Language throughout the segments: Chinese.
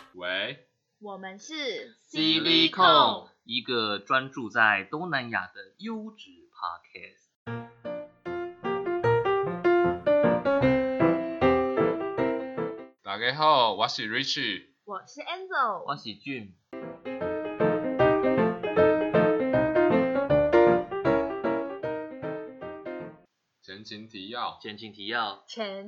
喂， 我们是 Silicon，一个专注在东南亚的优质 Podcast。 大家好，我是 Rich， 我是 Enzo， 我是 Jim。 前情提要， 前情提要，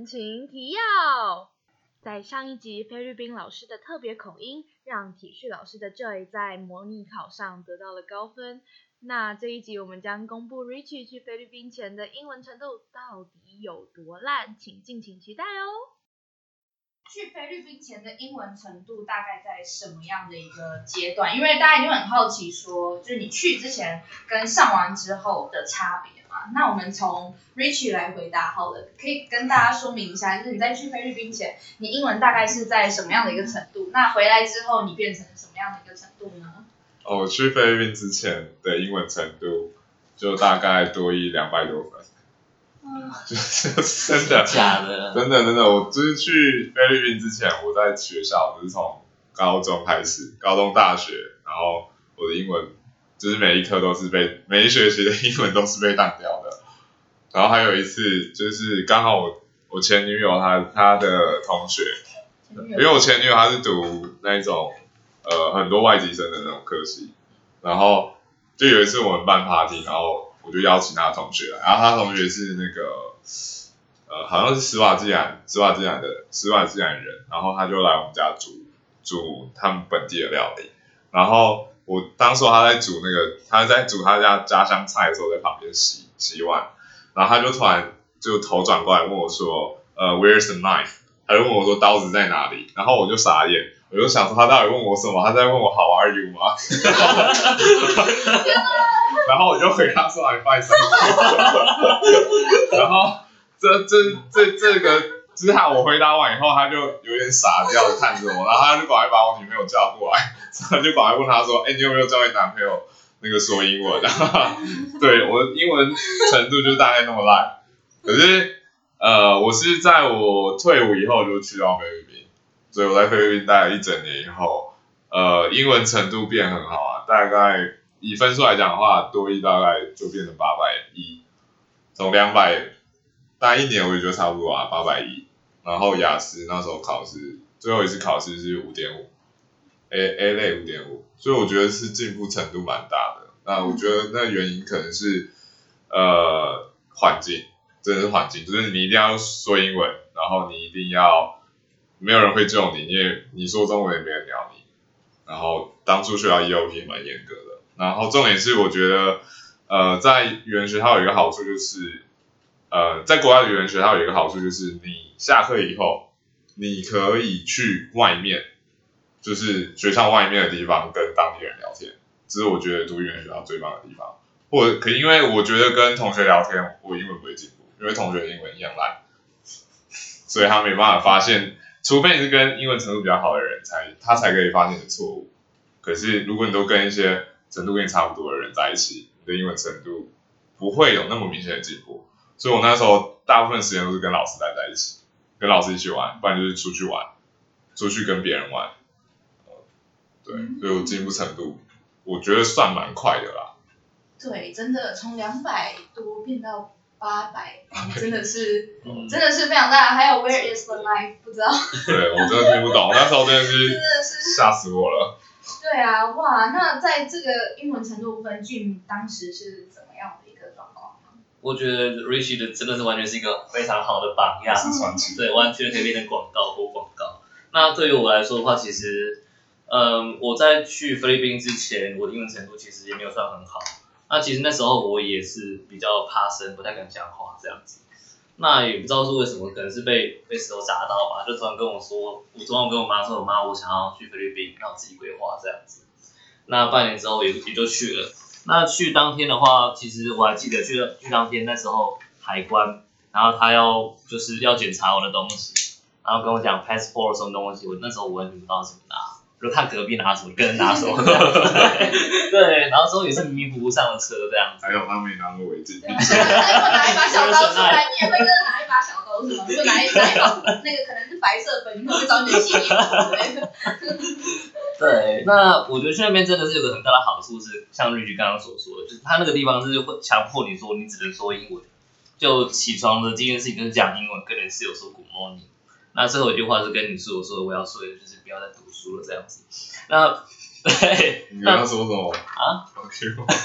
在上一集菲律宾老师的特别口音，让体育老师的 Joy 在模拟考上得到了高分。那这一集我们将公布 Richie 去菲律宾前的英文程度到底有多烂，请敬请期待哦。 去菲律宾前的英文程度大概在什么样的一个阶段？因为大家一定很好奇说，就是你去之前跟上完之后的差别嘛。那我们从 Richie 来回答好了，可以跟大家说明一下，就是你在去菲律宾前，你英文大概是在什么样的一个程度？那回来之后，你变成什么样的一个程度呢？ 我去菲律宾之前的英文程度就大概多一200多分。就是真的假的， 真的，我就是去菲律宾之前，我在学校就是从高中开始，高中、大学，然后我的英文就是每一学期的英文都是被当掉的。然后还有一次就是刚好我前女友她的同学，因为我前女友她是读那种很多外籍生的那种科系，然后就有一次我们办 party， 然后我就邀请他同学来，然后他同学是那个好像是斯瓦季兰人，然后他就来我们家煮他们本地的料理，然后我当时他在煮他家乡菜的时候，在旁边洗碗，然后他就突然就头转过来问我说Where's the knife？ 他就问我说刀子在哪里？然后我就傻眼，我就想说他到底问我什么？他在问我 How are you 吗？然后我就回他说 I'm fine， 然后这个之后我回答完以后，他就有点傻掉的看着我，然后他就赶快把我女朋友叫过来，他就赶快问他说，你有没有教你男朋友那个说英文？对，我的英文程度就大概那么烂，可是我是在我退伍以后就去到菲律宾，所以我在菲律宾待了1整年以后，英文程度变很好啊，大概以分数来讲的话，多益大概就变成810，从200，大概1年我也觉得差不多啊，810。然后雅思那时候考试，最后一次考试是5.5，A 类5.5，所以我觉得是进步程度蛮大的。那我觉得那原因可能是环境，真的是环境，就是你一定要说英文，然后你一定要没有人会救你，因为你说中文也没人鸟你。然后当初学校 EOP 也蛮严格的。然后重点是我觉得在语言学校有一个好处就是在国外的语言学校有一个好处就是你下课以后你可以去外面，就是学校外面的地方跟当地人聊天，这是我觉得读语言学校最棒的地方。因为我觉得跟同学聊天我英文不会进步，因为同学的英文一样烂，所以他没办法发现，除非你是跟英文程度比较好的人他才可以发现你的错误。可是如果你都跟一些程度跟你差不多的人在一起，你的英文程度不会有那么明显的进步。所以我那时候大部分时间都是跟老师待在一起，跟老师一起玩，不然就是出去玩，出去跟别人玩。对，所以我进步程度我觉得算蛮快的啦。 对，真的从200多变到800，真的是非常大。还有 Where is the knife？ 不知道。 对，我真的听不懂，那时候真的是吓死我了。 对啊，哇，那在这个英文程度部分，Jim当时是怎么样的一个状况呢？ 我觉得 Richie 的真的是完全是一个非常好的榜样， 是传奇， 对，完全可以变成广告。那对于我来说的话，其实，我在去菲律宾之前，我的英文程度其实也没有算很好。那其实那时候我也是比较怕生，不太敢讲话这样子。那也不知道是为什么，可能是被石头砸到吧，就突然跟我说，我昨晚跟我妈说，妈，我想要去菲律宾，让我自己规划这样子。那半年之后也就去了。那去当天的话，其实我还记得去当天那时候海关，然后他就是要检查我的东西，然后跟我讲 passport 什么东西，我那时候我完全不知道怎么拿。 就看隔壁拿什么，你跟着拿什么，对，然后之后也是迷迷糊糊上了车这样子。 还有他没拿过违禁品。 他如果拿一把小刀出来，你也会跟着拿一把小刀是吗？如果拿一把那个可能是白色粉，你可能会找你的洗衣服之类的。 对，那我觉得去那边真的是有个很大的好处是，像Rich刚刚所说的，就是他那个地方是会强迫你说你只能说英文，就起床的第一件事情就是讲英文，跟人室友说 Good morning。那最后一句话是跟你室友说的，我要睡了，就是不要再读书了这样子。那对， 你跟他说什么啊 ？OK。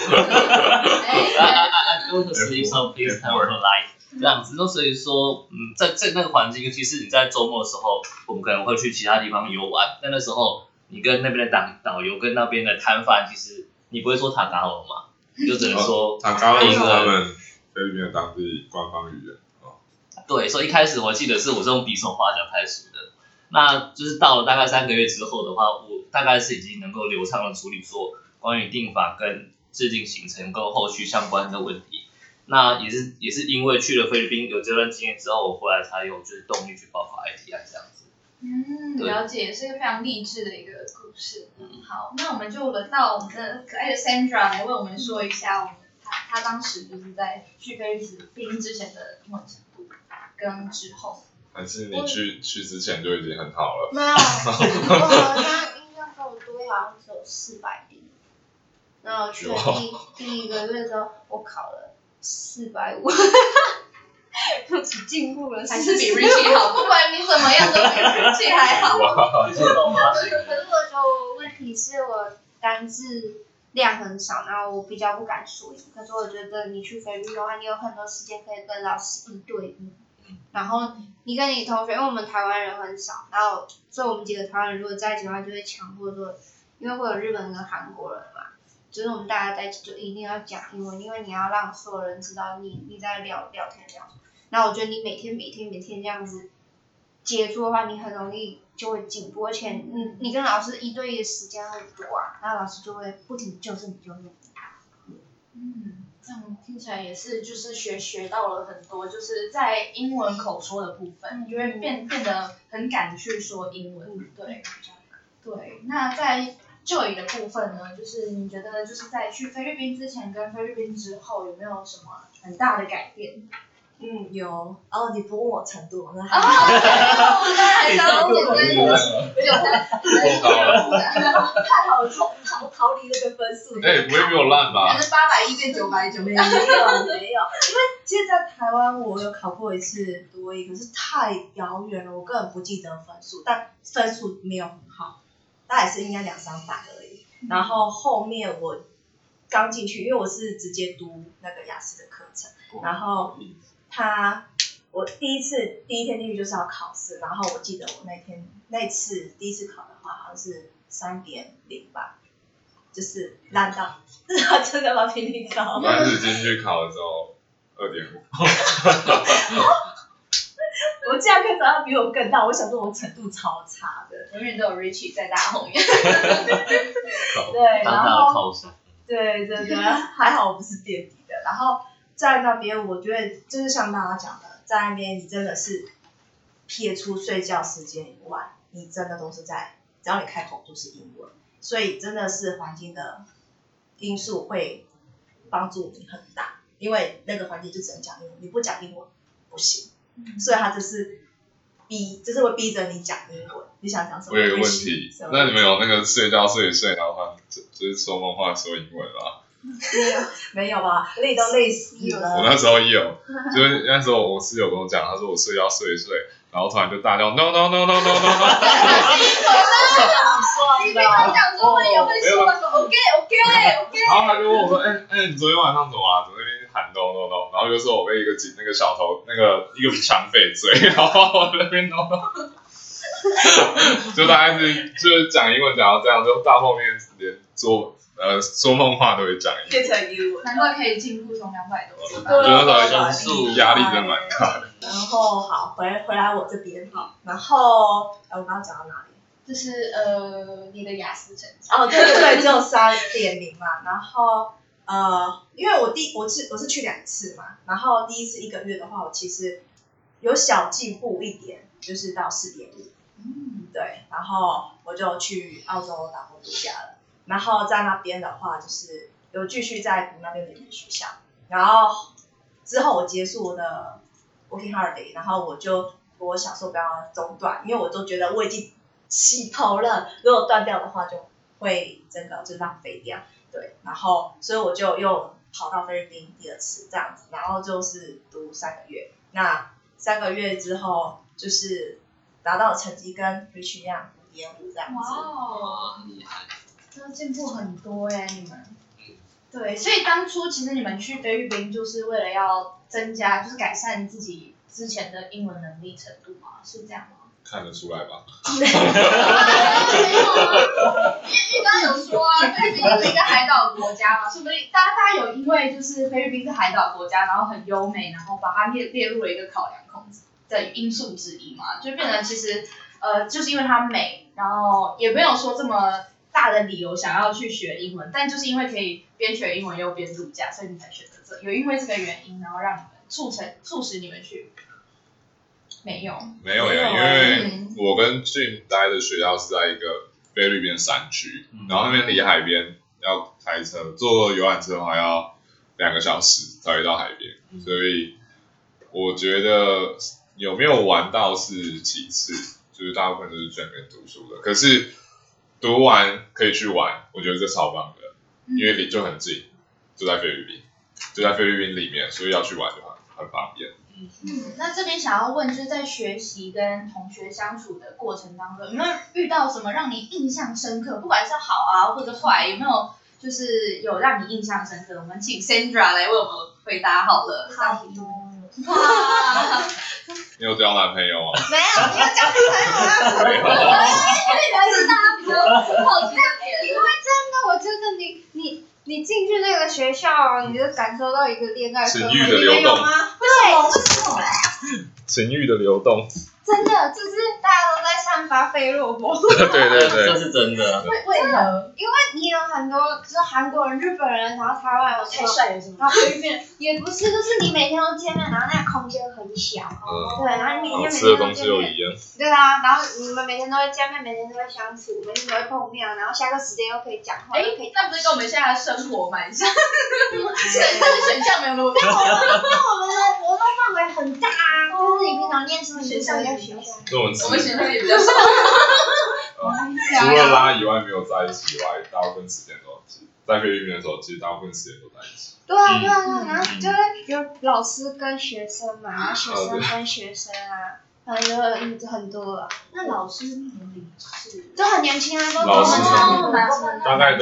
I go to sleep, so please tell me life。这样子，那所以说，在那个环境，尤其是你在周末的时候，我们可能会去其他地方游玩。但那时候，你跟那边的导游跟那边的摊贩，其实你不会说塔嘎罗嘛，你就只能说塔嘎罗是他们菲律宾的当地官方语言。 对，所以一开始我记得是我是用比手画脚开始的，那就是到了大概3个月之后的话，我大概是已经能够流畅的处理说关于订法跟制定行程跟后续相关的问题。那也是因为去了菲律宾有这段经验之后，我回来才有就是动力去报考 ITI 这样子。 了解，是一个非常励志的一个故事。好，那我们就轮到我们的可爱的 Sandra 来为我们说一下我们她当时就是在去菲律宾之前的英文程度跟之后。 还是你去之前就已经很好了？ 没有，我好像印象中我多好像只有400点，然后去第一个月的时候，我考了450，就只进步了， 还是比 Richie 好，不管你怎么样都比 Richie 还好。 可是我觉得我问题是我单字量很少，然后我比较不敢说音。可是我觉得你去菲律宾的话，你有很多时间可以跟老师一对一。然后你跟你同学，因为我们台湾人很少，然后所以我们几个台湾人如果在一起的话，就会强迫说，因为会有日本人跟韩国人嘛，就是我们大家在一起就一定要讲英文，因为你要让所有人知道你在聊天这样。然后我觉得你每天这样子接触的话，你很容易就会进步，而且你跟老师一对一的时间会多啊，然后老师就会不停就是你就用。 这样听起来也是，就是学到了很多，就是在英文口说的部分，你就会变得很敢去说英文。对，对。那在 Joy 的部分呢，就是你觉得就是在去菲律宾之前跟菲律宾之后有没有什么很大的改变？ 有。哦，你不问我程度，那我当然还想问太好了，逃离那个分数。 不会比我烂吧？ 可是810变990。 没有，因为其实，在台湾我有考过一次多益，可是太遥远了，我根本不记得分数，但分数没有很好，大概是应该200-300而已。然后后面我刚进去，因为我是直接读那个雅思的课程，然后我第一天进去就是要考试，然后我记得我那次第一次考的话好像是3.0吧，就是烂到，真的要比你高。 我刚开始进去考的时候2.5。 我这样可以找到比我更大，我想说我程度超差的， 永远都有 Richie 在大后面。 对，然后对，还好我不是垫底的。然后在那边，我觉得就是像大家讲的，在那边你真的是撇除睡觉时间以外，你真的都是只要你开口就是英文，所以真的是环境的因素会帮助你很大，因为那个环境就只能讲英文，你不讲英文不行，所以他就是会逼着你讲英文。你想讲什么？ 我有一个问题，那你们有那个睡觉睡，然后就是说梦话说英文吗？ 没有吧，累都累死了。 我那时候也有，就是那时候我室友跟我讲，他说我睡觉睡，然后突然就大叫 no no no no no no no。 你平常讲中文也会说那个 OK。 然后他就问我说，你昨天晚上怎么了？怎么那边喊 no no no？ 然后就说我被一个小偷一个抢匪追，然后我那边 no no。就大概是就是讲英文讲到这样，就到后面连说梦话都会讲英文， 变成英文， 难怪可以进步从200多分。 对，那时候压力真的蛮大的。 然后好，回来我这边哈，然后我刚刚讲到哪里？ 就是你的雅思成绩。 哦，对，只有3.0嘛。然后因为我是去2次嘛，然后第一次1个月的话，我其实有小进步一点，就是到4.5。对， 然后我就去澳洲打工度假了。然后在那边的话，就是有继续在读那边的语言学校。然后之后我结束我的 working holiday， 然后我想说不要中断，因为我都觉得我已经起头了，如果断掉的话就会整个就浪费掉。对，然后所以我就又跑到菲律宾第2次这样子，然后就是读3个月。那3个月之后，就是达到的成绩跟 Rich 一样5.5这样子。 哇， 厉害！ 真的进步很多耶，你们。对，所以当初其实你们去菲律宾就是为了要增加，就是改善自己之前的英文能力程度吗？是这样吗？ 看得出来吧？ 没有啊，因为刚刚有说啊，菲律宾是一个海岛国家嘛，说不定大家有因为就是菲律宾是海岛国家，然后很优美，然后把它列入了一个考量的因素之一嘛，就变成其实就是因为它美，然后也没有说这么大的理由想要去学英文，但就是因为可以边学英文又边度假，所以你才选择这，有因为这个原因，然后让你们促使你们去。没有耶，因为我跟 Jim 待的学校是在一个菲律宾山区，然后那边离海边要开车，坐游览车的话要2个小时才会到海边，所以我觉得有没有玩到是其次，就是大部分都是在那边读书的。可是读完可以去玩，我觉得这超棒的，因为离就很近，就在菲律宾里面，所以要去玩就很方便。 那这边想要问，就是在学习跟同学相处的过程当中，有没有遇到什么让你印象深刻？不管是好啊或者坏，有没有就是有让你印象深刻？我们请 Sandra 来为我们回答好了。 好多。 哇， 你有交男朋友吗？ 没有，你有交女朋友吗？ 没有。 还是大家比较好奇的点。 因为真的，我觉得你进去那个学校，你就感受到一个恋爱氛围， 情欲的流动。 对， 情欲的流动。 真的，就是大家都在散发费洛蒙。 对， 这是真的。 为何？ 因为你有很多就是韩国人、日本人，然后台湾有太帅了是吗？ 然后菲律宾也不是，就是你每天都见面，然后那个空间很小，对，然后你每天吃的东西又一样。 对啊，然后你们每天都会见面，每天都会相处，每天都会碰面，然后下课时间又可以讲话，又可以。 那不是跟我们现在的生活蛮像？选项没有那么多。 那我们的活动范围很大啊，就是你平常念书，你就在学校。 我们学校也比较少。 除了拉以外没有在一起以外，大部分时间都在菲律宾的时候，其实大部分时间都在一起。 对啊，然后就会有老师跟学生嘛，然后学生跟学生啊，然后有很多了。 那老师年龄是？ 就很年轻啊， 老师大概都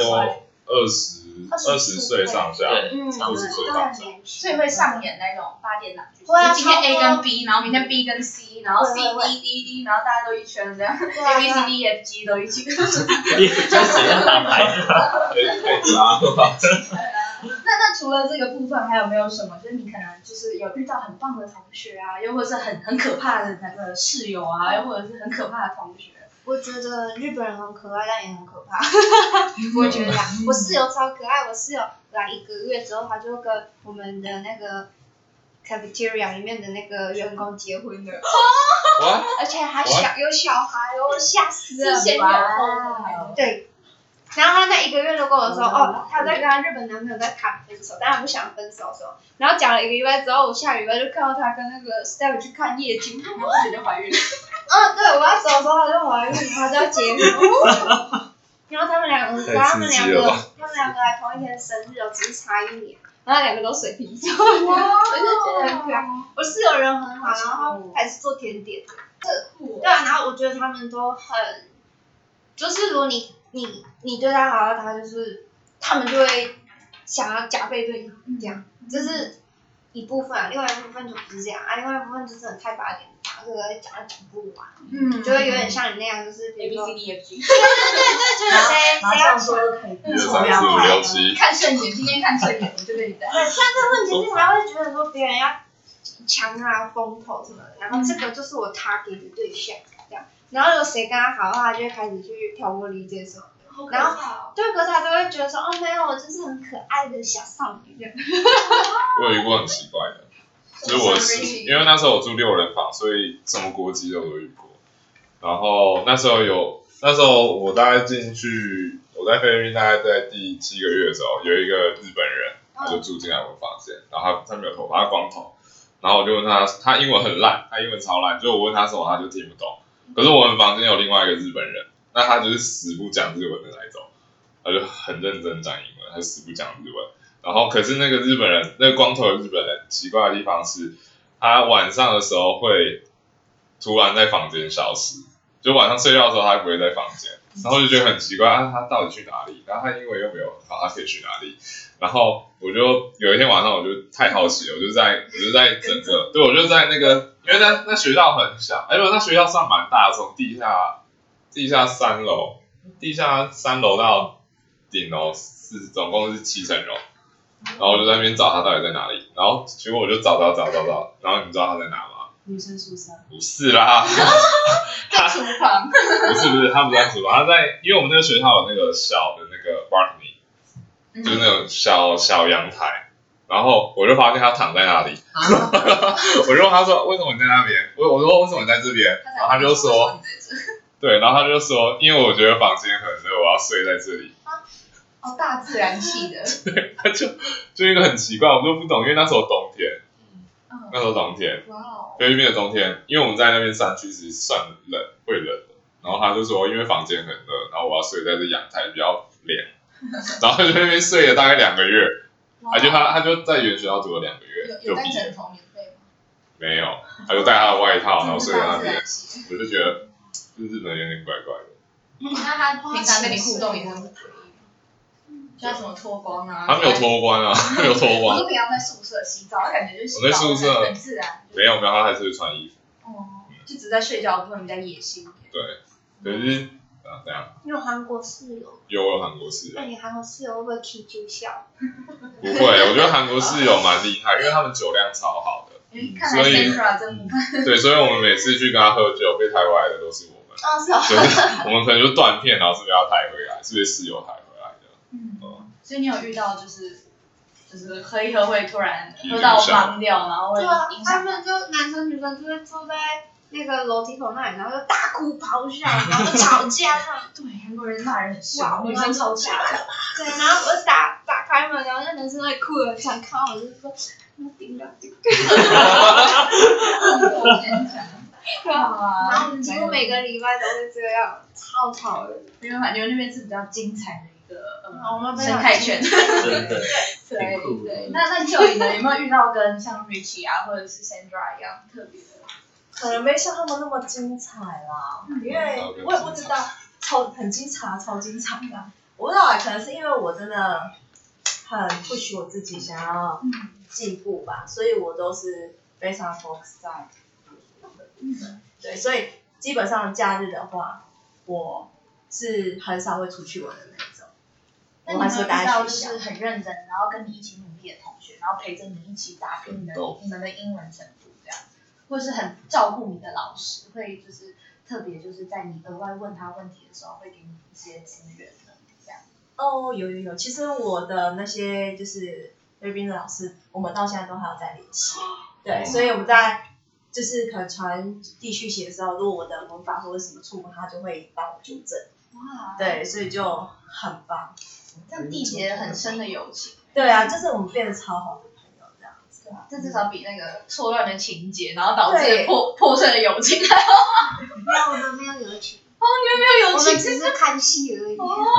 20岁上下，20岁上下。 所以会上演那种8点档剧， 会啊， 今天 A 跟 B， 然后明天 B 跟 C， 然后 C D D D， 然后大家都一圈这样 ，A B C D E F G 都一起。 就是谁要打牌是吧？ 太渣了吧！ 那除了这个部分，还有没有什么？就是你可能就是有遇到很棒的同学啊，又或者是很可怕的那个室友啊，又或者是很可怕的同学。 我觉得日本人很可爱，但也很可怕。我觉得我室友超可爱，我室友来1个月之后，他就跟我们的那个 cafeteria 里面的那个员工结婚了。而且还有小孩哦，吓死了！ 先有后对。然后他那1个月都跟我说，他在跟他日本男朋友在谈分手，但他不想分手的时候，然后讲了1个礼拜之后，我下礼拜就看到他跟那个 Stella 去看夜景， 然后自己就怀孕了。 对，我要走的时候他就怀孕，他就要结婚。然后他们两个还同一天生日哦，只是差1年。然后2个都水瓶座，我就觉得很可爱。我室友人很好，然后还是做甜点的。对啊，然后我觉得他们都很，就是如果你对他好，他就是他们就会想要加倍对你这样，这是一部分啊，另外一部分就不是这样啊，另外一部分就真的太8点档，这个讲不完，就会有点像你那样，就是比 A 如 B 说 C D F G， 对，就是谁要抢。 1、2、4、5、6、7。 看顺眼，今天看顺眼，我就跟你在。 对，像这问题是才会觉得说别人要抢他的风头什么的，然后这个就是我 target 的对象，这样。然后有谁跟他好的话，他就会开始去挑拨离间什么的。然后对，可是他都会觉得说，没有，我就是很可爱的小少女这样。 我有遇过很奇怪的，就是因为那时候我住6人房，所以什么国籍都有遇过。 然后那时候我大概进去，我在菲律宾大概在第7个月的时候，有一个日本人，他就住进来我们房间，然后他没有头发，他光头，然后我就问他，他英文很烂，他英文超烂，就我问他什么他就听不懂。可是我们房间有另外一个日本人，那他就是死不讲日文的那一种，他就很认真讲英文，他死不讲日文。然后可是那个日本人，那个光头的日本人，奇怪的地方是，他晚上的时候会突然在房间消失，就晚上睡觉的时候他不会在房间，然后就觉得很奇怪，他到底去哪里？然后他英文又没有很好，他可以去哪里？然后我就有一天晚上我就太好奇了，我就在整个，对，我就在那个，因为那学校很小，不，那学校算蛮大的，从地下3楼，地下3楼到顶楼总共是7层楼，然后我就在那边找他到底在哪里，然后结果我就找，然后你知道他在哪吗？ 女生宿舍。 不是啦， 在厨房。 不是，他不在厨房，他在，因为我们那个学校有那个小的那个 balcony，就是那种小阳台，然后我就发现他躺在那里，我就问他说为什么你在那边？我说为什么你在这边？然后他就说，对，然后他就说因为我觉得房间很热，我要睡在这里。 哦，大自然系的。 对，他就一个很奇怪，我都不懂，因为那时候冬天，那时候冬天， 哇哦。 菲律宾的冬天，因为我们在那边山区其实算冷，会冷的。然后他就说，因为房间很热，然后我要睡在这阳台比较凉，然后就在那边睡了大概2个月，他就在原学校住了2个月， 有带就毕业枕头免费吗？ 没有，他就带他的外套，然后睡在那边，我就觉得这日本人有点怪怪的。 那他平常跟你互动也很随意，像什么脱光啊？ 他没有脱光啊，他没有脱光。 我说平常在宿舍洗澡，他感觉就是我在宿舍很自然。 没有，他还是会穿衣服。 哦，就只在睡觉的部分比较野性。 对，可是这样。 你有韩国室友？ 有韩国室友。 那你韩国室友会不会踢住笑？ 不会，我觉得韩国室友蛮厉害，因为他们酒量超好的。 看来 Sandra 真不对，所以我们每次去跟他喝酒，被抬回来的都是我们。 哦，是哦。 就是我们可能就断片，然后是不是要抬回来？是不是室友抬回来的？ 所以你有遇到就是喝一喝会突然喝到懵掉，然后会对啊， 影响。 他们就男生女生就会坐在那个楼梯口那里，然后就大哭咆哮，然后就吵架那种。 对，韩国人骂人很凶， 哇， 女生超强。 对，然后我打开门，然后那男生在哭了，想看我就说要顶。对啊，然后我们几乎每个礼拜都会这样，超吵的。 因为反正那边是比较精彩的一个我们生态圈。 真的。 对。那Joey呢？有没有遇到跟像 Richie 啊，或者是 Sandra 一样特别的？ 可能没像他们那么精彩啦，因为我也不知道，很精彩，超精彩的。我不知道可能是因为我真的很 push 我自己，想要进步吧，所以我都是非常 focus 在读书的。对，所以基本上假日的话，我是很少会出去玩的那一种。 那你有没有遇到就是很认真，然后跟你一起努力的同学，然后陪着你一起打拼你们的英文程度这样，或是很照顾你的老师，会就是特别就是在你额外问他问题的时候，会给你一些资源的这样。 哦，有，其实我的那些就是菲律宾的老师，我们到现在都还有在联系。对，所以我们在就是可能传地区写的时候，如果我的文法或者什么错误，他就会帮我纠正。 哇， 对，所以就很棒。 这样缔结很深的友情。 对啊，就是我们变得超好的朋友这样子。 对啊，这至少比那个错乱的情节，然后导致破碎的友情还好。 没有，我们没有友情。 哦，你们没有友情， 我们只是看戏而已。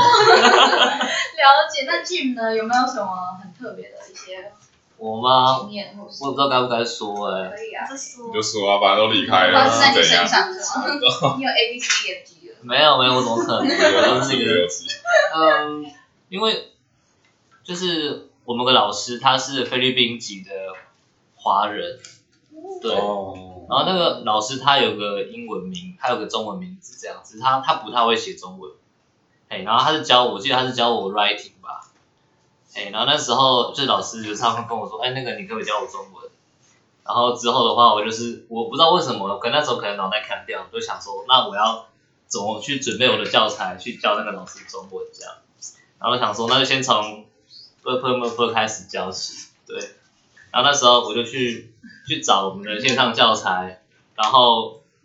了解。那 Jim 呢？有没有什么很特别的一些我吗？ 经验或是？ 我也不知道该不该说可以啊， 你就说啊，反正都离开了， 发生在你怎样？ 身上是吗？你有 A B C D F G 了？ 没有，我怎么可能？我就是那个， 个因为就是我们个老师他是菲律宾籍的华人，对，然后那个老师他有个英文名，他有个中文名字这样子，他不太会写中文，然后他是教我记得他是教我 writing 吧，然后那时候就是老师就常常跟我说，那个你可不可以教我中文？然后之后的话，我不知道为什么，可能那时候可能脑袋看掉，就想说，那我要怎么去准备我的教材去教那个老师中文这样。然后想说，那就先从 +++ 开始教起，对。然后那时候我就去找我们的线上教材，然后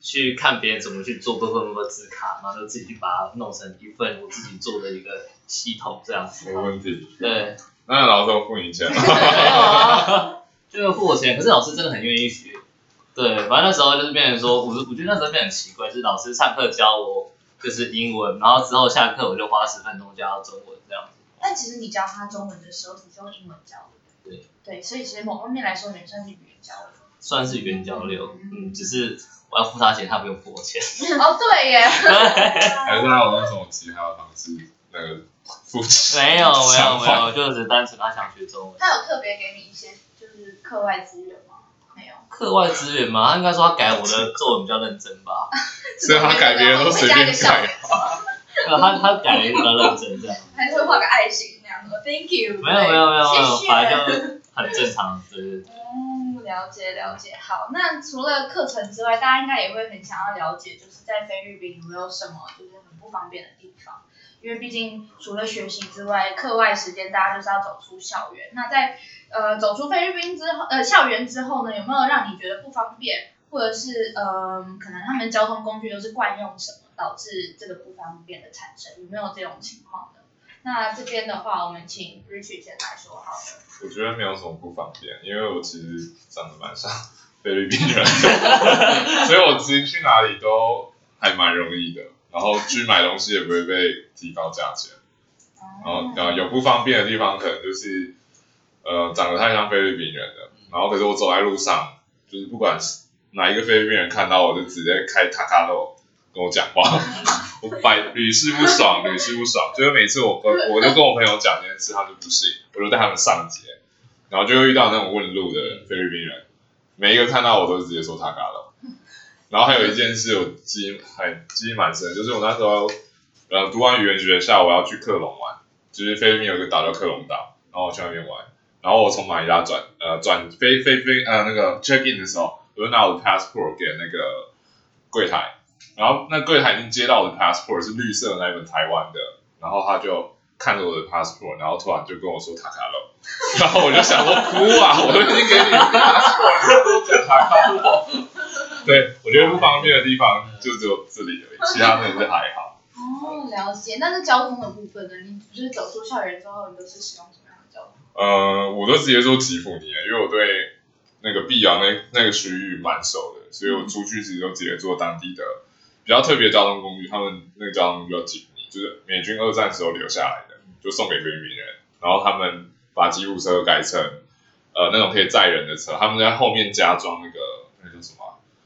去看别人怎么去做部分字卡，然后就自己去把它弄成一份我自己做的一个系统这样子。 没问题。 对， 那老师有付你钱吗？ 没有啊，就没有付我钱，可是老师真的很愿意学。对，反正那时候就是变成说，我觉得那时候变得很奇怪，就是老师上课教我就是英文，然后之后下课我就花10分钟教到中文这样子。 但其实你教他中文的时候，你是用英文教的。 对。 对，所以其实某方面来说，你算是语言交流。 算是语言交流，只是我要付他钱，他不用付我钱。 哦，对耶。 还是他有用什么其他的方式那个付钱？ 没有，就只单纯他想学中文。 他有特别给你一些就是课外资源吗？没有。 课外资源吗？他应该说他改我的作文比较认真吧。 所以他改别人都随便改。 他改的比较认真这样。 还是会画个爱心那样的 ，Thank you。 没有， 谢谢。 反正就很正常，对。 了解。好，那除了课程之外，大家应该也会很想要了解，就是在菲律宾有没有什么就是很不方便的地方？因为毕竟除了学习之外，课外时间大家就是要走出校园。那在走出菲律宾之后，校园之后呢，有没有让你觉得不方便，或者是可能他们交通工具都是惯用什么，导致这个不方便的产生？有没有这种情况呢？那这边的话，我们请 Richie 先来说好了。 我觉得没有什么不方便，因为我其实长得蛮像菲律宾人的，所以我其实去哪里都还蛮容易的，然后去买东西也不会被提高价钱。然后有不方便的地方，可能就是长得太像菲律宾人的，然后可是我走在路上，就是不管哪一个菲律宾人看到我就直接开塔卡洛跟我讲话，我屡试不爽，就是每次我就跟我朋友讲这件事，他就不信，我就带他们上街，然后就会遇到那种问路的菲律宾人，每一个看到我都直接说塔卡洛。然后还有一件事我记忆蛮深，就是我那时候读完语言学校，我要去克隆玩，就是菲律宾有一个岛叫克隆岛，然后我去那边玩，然后我从马尼拉转飞那个 check in 的时候，我就拿我的 passport 给那个柜台，然后那柜台已经接到我的 passport 是绿色的那一本台湾的，然后他就看着我的 passport， 然后突然就跟我说塔卡洛，然后我就想说哭啊，我都已经给你 passport， 你就跟我讲塔卡洛。对，我觉得不方便的地方就只有这里而已，其他真的是还好。 哦，了解。但是交通的部分呢？你就是走出校园之后，你都是使用什么样的交通？ 我都直接说吉普尼，因为我对那个碧瑶那个区域蛮熟的，所以我出去其实都直接坐当地的比较特别的交通工具，他们那个交通工具叫吉普尼，就是美军2战时候留下来的，就送给菲律宾人，然后他们把吉普车改成那种可以载人的车，他们在后面加装那个叫什么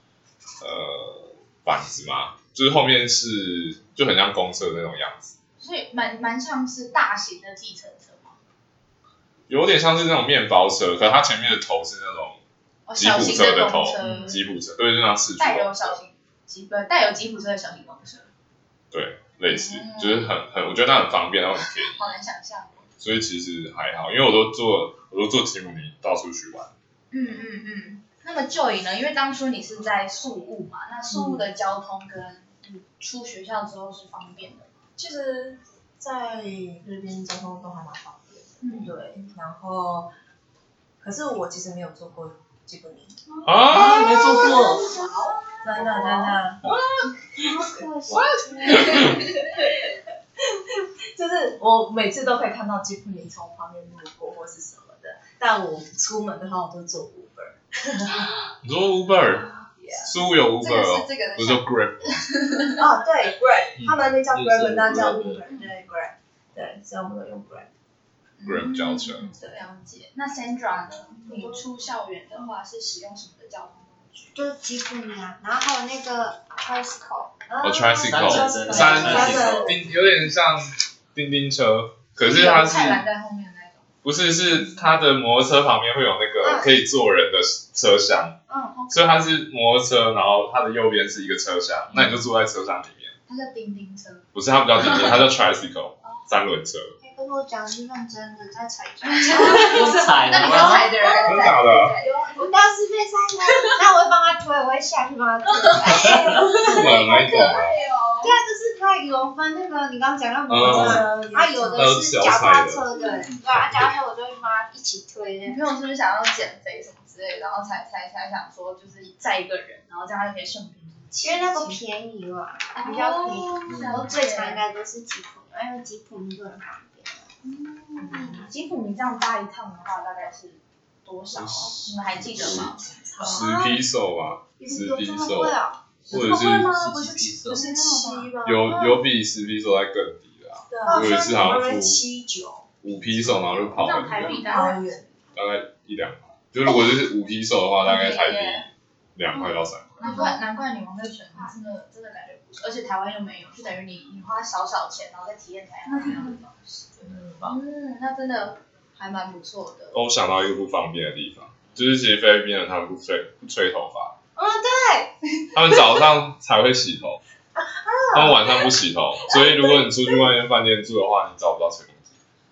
板子嘛，就是后面是就很像公车那种样子， 所以蛮像是大型的计程车吗？ 有点像是那种面包车，可是它前面的头是那种吉普车的头，吉普车，对，就像四驱带有吉普车的小型公车， 对，类似，就是我觉得那很方便，然后很便宜， 好难想象。 所以其实还好，因为我都坐吉普尼到处去玩。 那么 Joy 呢？因为当初你是在宿务嘛，那宿务的交通跟你出学校之后是方便的吗？ 其实，在菲律宾交通都还蛮方便的，对。然后，可是我其实没有坐过吉普尼啊，没坐过， 真的， 好可惜。 就是我每次都可以看到吉普尼从旁边路过或是什么的，但我出门的话我都坐 Uber。 你说 Uber？ 苏有 Uber 哦，不是说 Grab 哦，对 Grab， 他们那边叫 Grab， 那叫 Uber， 对 Grab， 对，所以我们都用 Grab。Grab 轿车。 了解。那 Sandra 呢？你出校园的话是使用什么的交通工具？ 就是吉普尼啊，然后还有那个 tricycle， 3有点像叮叮车，可是它是菜篮在后面的那种。 不是，是它的摩托车旁边会有那个可以坐人的车厢，所以它是摩托车，然后它的右边是一个车厢，那你就坐在车厢里面。 它叫叮叮车。 不是，它不叫叮叮，它叫 tricycle， 3轮车。 跟我讲是认真的在踩脚， 用踩的吗？ 那你是踩的人？ 真的假的？ 我当时被踩的，那我会帮他推，我会下去帮他推。 不能那一种啊。 对啊，就是它有分那个你刚刚讲到摩托车，有的是脚踏车的，对啊，脚踏车我就会帮他一起推。 你朋友是不是想要减肥什么之类的，然后才想说就是载一个人，然后这样他就可以顺便因为那个便宜嘛，比较便宜，然后最常应该都是吉普尼，因为吉普尼就很方便。 吉普尼这样搭一趟的话，大概是多少啊？你们还记得吗 10披手吧，10披手，或者是不是7吧？ 有比10披手再更低的啊。 对啊， 我有一次好像付 7、9， 5披手，然后就跑很这样台币远， 大概大概1-2块。就如果是5披手的话，大概台币2块到3块。 难怪你们会选，真的感觉不错，而且台湾又没有，就等于你花少钱，然后再体验台湾那样的方式。那真的还蛮不错的。 我想到一个不方便的地方，就是其实菲律宾人他们不吹头发。 对。 他们早上才会洗头，他们晚上不洗头，所以如果你出去外面饭店住的话，你找不到吹风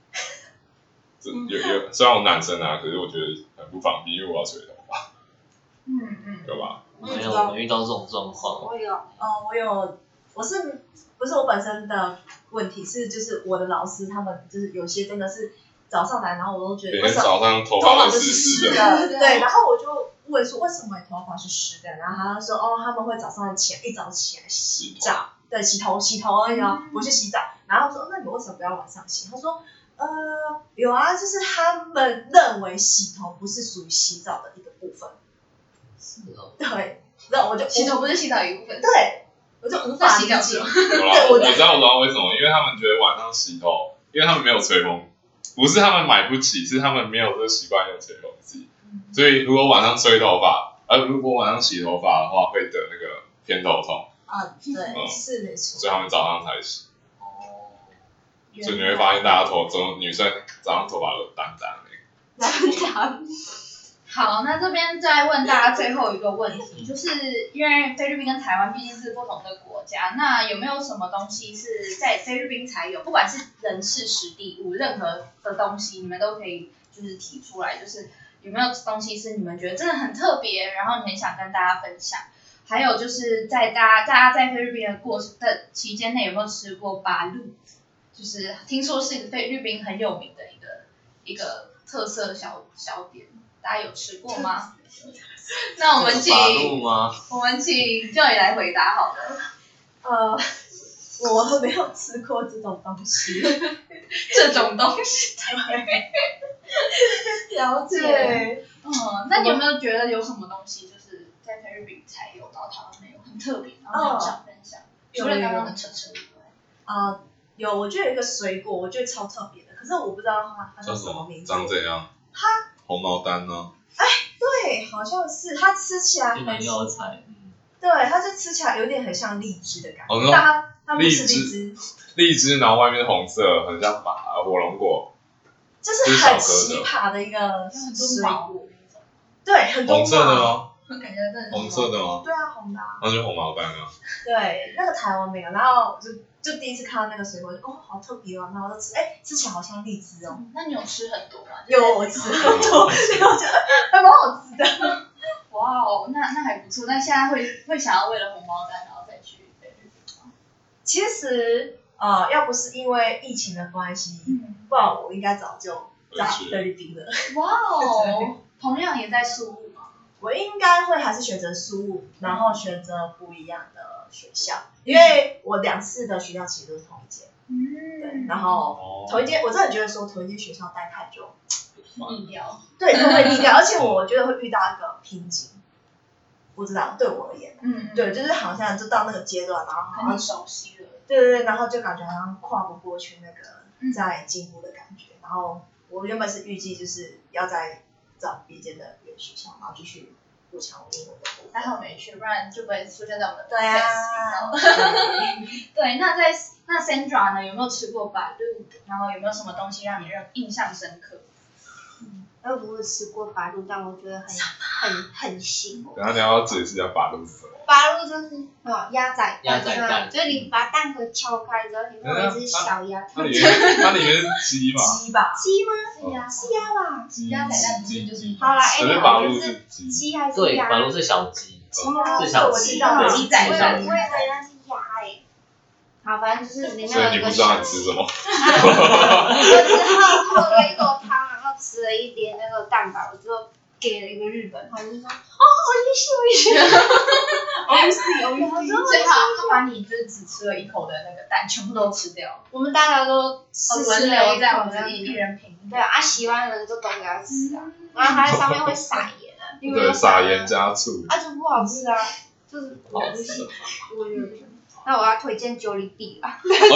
机。虽然我男生啊，可是我觉得很不方便，因为我要吹头发。有吧？ 没有遇到这种状况。 我有。 我有，不是我本身的问题，是就是我的老师他们就是有些真的是早上来，然后我都觉得每天早上头发都是湿的， 对，然后我就问说为什么你头发是湿的，然后他就说他们会早上一早起来洗澡，对，洗头而已哦，不去洗澡，然后说那你为什么不要晚上洗？他说有啊，就是他们认为洗头不是属于洗澡的一个部分。 是哦。 对，那我就洗头不是洗澡一部分。 对，我就无法理解。 我知道为什么，因为他们觉得晚上洗头，因为他们没有吹风，不是他们买不起，是他们没有这个习惯用吹风机，所以如果晚上吹头发，如果晚上洗头发的话，会得那个偏头痛。 对，是没错。 所以他们早上才洗。所以你会发现大家女生早上头发都淡淡的。 好，那这边再问大家最后一个问题，就是因为菲律宾跟台湾毕竟是不同的国家，那有没有什么东西是在菲律宾才有，不管是人事时地物，任何的东西你们都可以就是提出来，就是有没有东西是你们觉得真的很特别，然后你很想跟大家分享？还有就是在大家在菲律宾的期间内有没有吃过巴路？就是听说是菲律宾很有名的一个特色小点。大家有吃过吗？那我们请 Joy 来回答好了。 我都没有吃过这种东西。 这种东西， 对。了解。 那你有没有觉得有什么东西就是在菲律宾才有，然后台湾没有，很特别，然后很想分享？除了刚刚的车以外。 有，我觉得有一个水果，我觉得超特别的，可是我不知道它叫什么名字。 长怎样？红毛丹呢？ 对，好像是，它吃起来很药材。 对，它就吃起来有点很像荔枝的感觉， 但它不是荔枝，然后外面是红色，很像火龙果。 就是很奇葩的一个水果。对，很多红色的吗？ 感觉真的红色的吗？ 对啊，红的。 那就红毛丹啊。 对，那个台湾没有，然后就第一次看到那个水果，好特别哦，然后我就吃，吃起来好像荔枝哦。 那你有吃很多吗？ 有，我吃很多，我觉得还蛮好吃的。 哇哦，那还不错。那现在会想要为了红毛丹然后再去菲律宾吗？ 其实要不是因为疫情的关系，不然我应该早就在菲律宾了。 哇哦，同样也在苏务吗？ 我应该会还是选择苏务，然后选择不一样的学校，因为我2次的学校其实都是同一间。对，然后同一间，我真的觉得说同一间学校待太久， 腻掉。 对，就会腻掉，而且我觉得会遇到一个瓶颈。不知道对我而言，对，就是好像就到那个阶段，然后好像熟悉了， 对，然后就感觉好像跨不过去那个在进步的感觉。然后我原本是预计就是要再找别间的学校，然后继续补强我英文的部分。 还好没去，不然就不会出现在我们的 podcast 对，那 Sandra 呢？有没有吃过巴路？然后有没有什么东西让你印象深刻？ 我不会吃过巴路，但我觉得很腥。 等下你要解释一下巴路是什么？ 巴路就是鸭仔蛋， 就是你把蛋壳敲开之后，里面有一只小鸭。 它里面是鸡吗？ 鸡吧？ 鸡吗？是鸭吧？ 鸭仔蛋就是好啦， 可是巴路是鸡还是鸭？ 对，巴路是小鸡， 是小鸡， 鸡仔。我以为小那是鸭好，反正就是里面有一个。 所以你不知道你吃什么？ 我之后喝了一口汤，然后吃了一点那个蛋堡，之后给了一个日本，他就说所以他把你就是只吃了一口的那个蛋全部都吃掉， 我们大家都轮流这样子，一人品。 对啊，喜欢的人就都给他吃啊，然后他在上面会撒盐啊，因为对，撒盐加醋， 啊就不好吃啊，就是我不喜欢，我觉得。那我要推荐Jollibee啦， 哦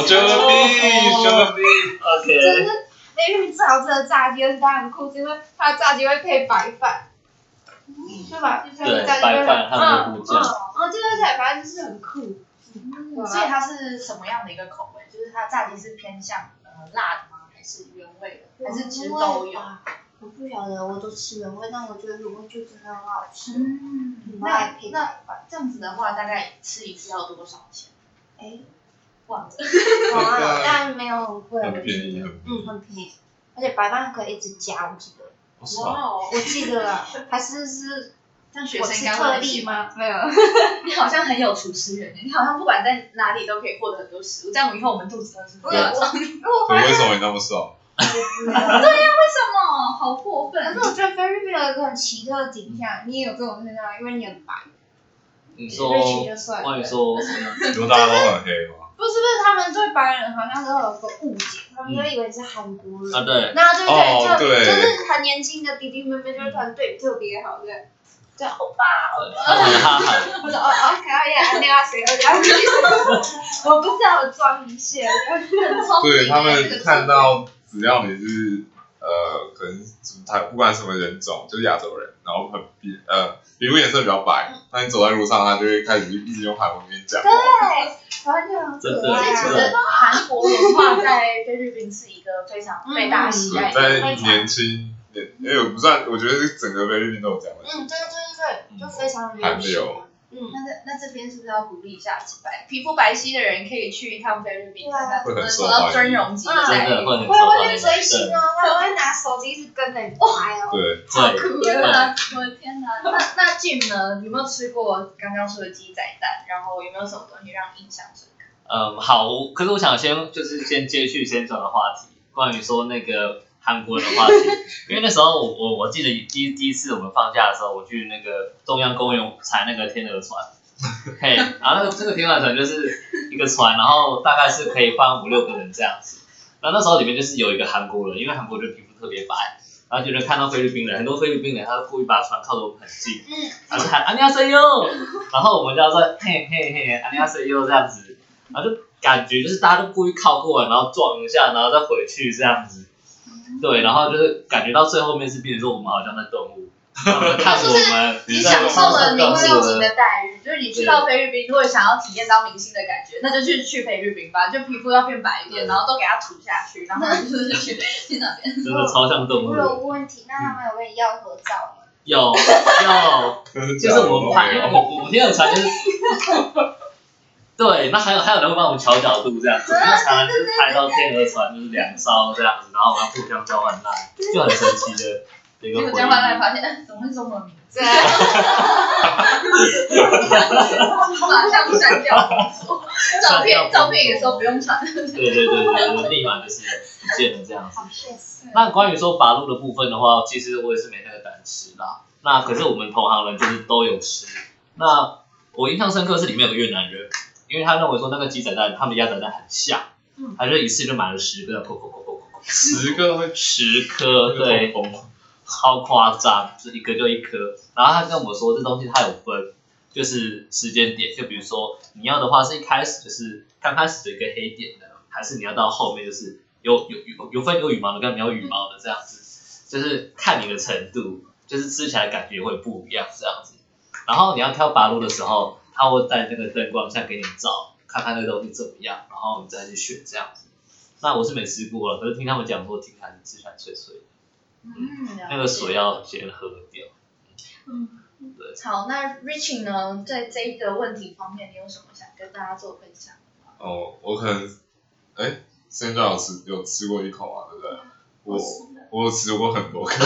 ，Jollibee，OK， 真是菲律宾最好吃的炸鸡，而且它很酷，是因为它的炸鸡会配白饭，对吧？ 对，白饭他们会互酱， 这个菜反正就是很酷。 所以它是什么样的一个口味？就是它炸鸡是偏向辣的吗？还是原味的？还是其实都有？ 我不晓得，我都吃原味，但我觉得原味就真的很好吃。 那这样子的话，大概吃一次要多少钱？忘了， 但没有很贵， 很便宜， 很便宜，而且白饭可以一直加，我记得。 哇， 我记得了，还是像学生应该特例吗？没有， 你好像很有厨师缘，你好像不管在哪里都可以获得很多食物，这样以后我们肚子都是。 对，为什么你那么瘦？ 对呀，为什么？好过分！ 可是我觉得菲律宾有一个很奇特的景象，你也有这种现象，因为你很白。 你说，关于说什么？ 因为大家都很黑嘛。 不是，他们对白人好像都有个误解，他们会以为是韩国人。 啊，对。 然后对， 就是很年轻的弟弟妹妹就会突然对你特别好，对。叫欧巴，我说OK，安利啊谁？我不知道，我装一下。 对他们看到，只要你是可能不管什么人种，就是亚洲人，然后皮肤颜色比较白，那你走在路上，他就会开始一直用韩文跟你讲。 对，台湾就很可爱。 其实韩国文化在菲律宾是一个非常被大家喜爱的， 在年轻。因为我不算，我觉得整个菲律宾都有这样的。 对，就非常韩流。 那这边是不是要鼓励一下皮肤白皙的人可以去一趟菲律宾，看看会受到尊荣级的待遇。 会去追星哦，他会拿手机一直跟着你拍哦。 对， 好酷啊！我的天哪！那 Jim 呢？有没有吃过刚刚说的鸡仔蛋？然后有没有什么东西让你印象深刻？ 好，可是我想先接续先转的话题，关于说那个韩国人的话题，因为那时候我记得第一次我们放假的时候，我去那个中央公园踩那个天鹅船，嘿，然后这个天鹅船就是一个船，然后大概是可以放5-6个人这样子。然后那时候里面就是有一个韩国人，因为韩国人皮肤特别白，然后就能看到菲律宾人，很多菲律宾人他故意把船靠得我们很近，他就喊안녕하세요，然后我们就要说嘿嘿嘿안녕하세요这样子，然后就感觉就是大家都故意靠过来，然后撞一下，然后再回去这样子。对，然后就是感觉到最后面是变成说我们好像在动物，看我们你享受了明星级的待遇，就是你去到菲律宾，如果想要体验到明星的感觉，那就去菲律宾吧，就皮肤要变白一点，然后都给它涂下去，然后就是去那边。 真的超像动物。 我有个问题，那他们有跟你要合照吗？ 有，就是我们拍，因为我天鹅船就是。对，那还有人会帮我们调角度这样子，因为常常就是拍到天鹅船就是2艘这样子，然后我们要互相交换赖，就很神奇的一个回忆。 交换赖发现，怎么会中文名字？马上删掉，照片也说不用传。 对，立马就是不见了这样子。那关于说拔鹿的部分的话，其实我也是没那个胆吃啦。那可是我们同行人就是都有吃。那我印象深刻是里面有个越南人。因为他认为说那个鸡仔蛋，他们鸭仔蛋很像，他就一次就买了10个，10颗，对，超夸张，就一个就一颗。然后他跟我说这东西它有分，就是时间点，就比如说你要的话是一开始就是刚开始的一个黑点的，还是你要到后面就是有分有羽毛的跟没有羽毛的这样子，就是看你的程度，就是吃起来感觉会不一样这样子。然后你要挑拔鹿的时候。他会在那个灯光下给你照，看看那个东西怎么样，然后你再去选这样子。那我是没吃过了，可是听他们讲说挺难吃，起来脆脆的。那个水要先喝掉。对。 好，那 Richie 呢，在这一个问题方面，你有什么想跟大家做分享的吗？ 我可能，现在有吃过1口嘛，对不对？我有吃过很多颗，不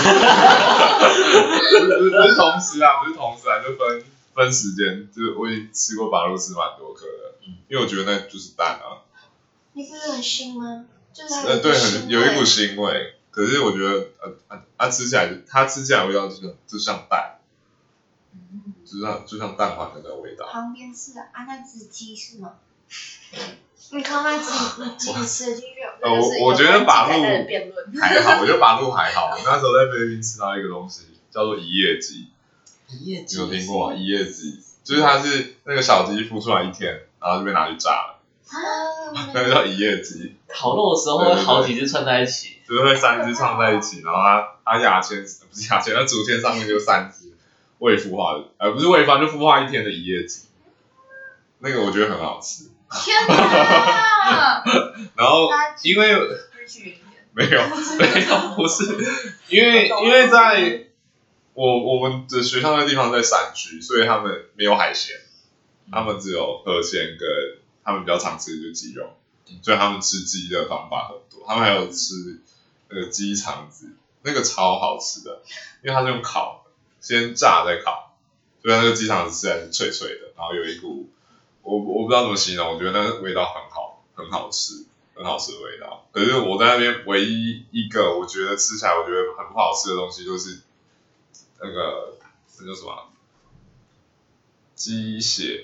是同时啊，就分时间，就是我也吃过拔鹿吃蛮多颗的，因为我觉得那就是蛋啊。 你不是很腥吗？就是对，有一股腥味，可是我觉得它吃起来味道就像蛋。 就像蛋黄的那个味道。 旁边是啊，那只鸡是吗？你看那鸡吃进去， 我觉得把鹿辩论还好，我觉得把鹿还好。我那时候在菲律宾吃到一个东西叫做一夜鸡，你有听过吗？一夜鸡就是它是那个小鸡孵出来1天，然后就被拿去炸了，那个叫一夜鸡。 烤肉的时候会好几只串在一起， 就是会3只串在一起，然后它牙签不是牙签，它竹签上面就3只未孵化的，不是未孵，就孵化1天的一夜鸡，那个我觉得很好吃。 天哪！ 然后因为没有不是，因为在我们的学校那地方在山区，所以他们没有海鲜，他们只有河鲜跟他们比较常吃的就是鸡肉，所以他们吃鸡的方法很多，他们还有吃那个鸡肠子，那个超好吃的，因为它是用烤的，先炸再烤，所以那个鸡肠子吃起来是脆脆的，然后有一股我不知道怎么形容，我觉得那个味道很好吃的味道。可是我在那边唯一一个我觉得吃起来我觉得很不好吃的东西，就是那叫什么鸡血，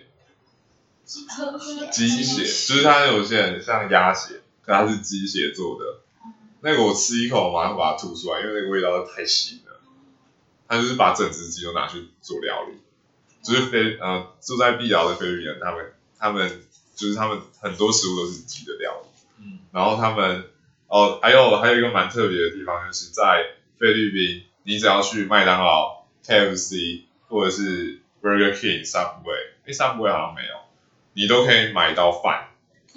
就是它有些人像鸭血，可它是鸡血做的，那个我吃一口马上把它吐出来，因为那个味道太腥了。它就是把整只鸡都拿去做料理，就是住在碧瑶的菲律宾人，他们就是他们很多食物都是鸡的料理，然后他们还有一个蛮特别的地方，就是在菲律宾，你只要去麦当劳、KFC 或者是 Burger King、Subway，Subway 好像没有，你都可以买到饭。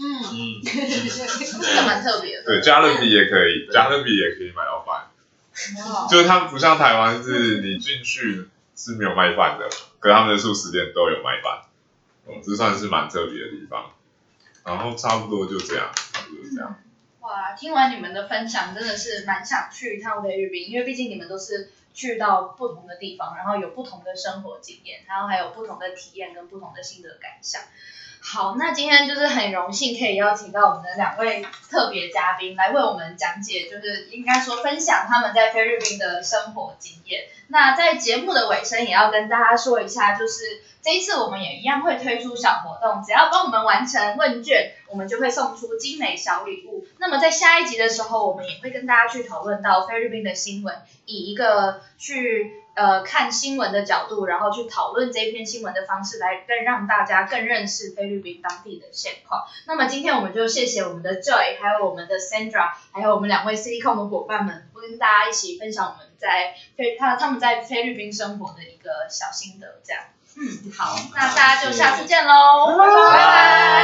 这个蛮特别的。 对，加勒比也可以买到饭。就是他们不像台湾，是你进去是没有卖饭的，可是他们的素食店都有卖饭，这算是蛮特别的地方。然后差不多就这样。 哇，听完你们的分享，真的是蛮想去一趟菲律宾，因为毕竟你们都是去到不同的地方，然后有不同的生活经验，然后还有不同的体验跟不同的心得感想。好，那今天就是很荣幸可以邀请到我们的2位特别嘉宾来为我们讲解，就是应该说分享他们在菲律宾的生活经验。那在节目的尾声也要跟大家说一下，就是这一次我们也一样会推出小活动，只要帮我们完成问卷，我们就会送出精美小礼物。那么在下一集的时候，我们也会跟大家去讨论到菲律宾的新闻，以一个去看新闻的角度，然后去讨论这篇新闻的方式，来让大家更认识菲律宾当地的现况。那么今天我们就谢谢我们的 Joy， 还有我们的 Sandra， 还有我们2位 CityCom 的伙伴们，跟大家一起分享我们他们在菲律宾生活的一个小心得，这样。好，那大家就下次见喽，拜拜。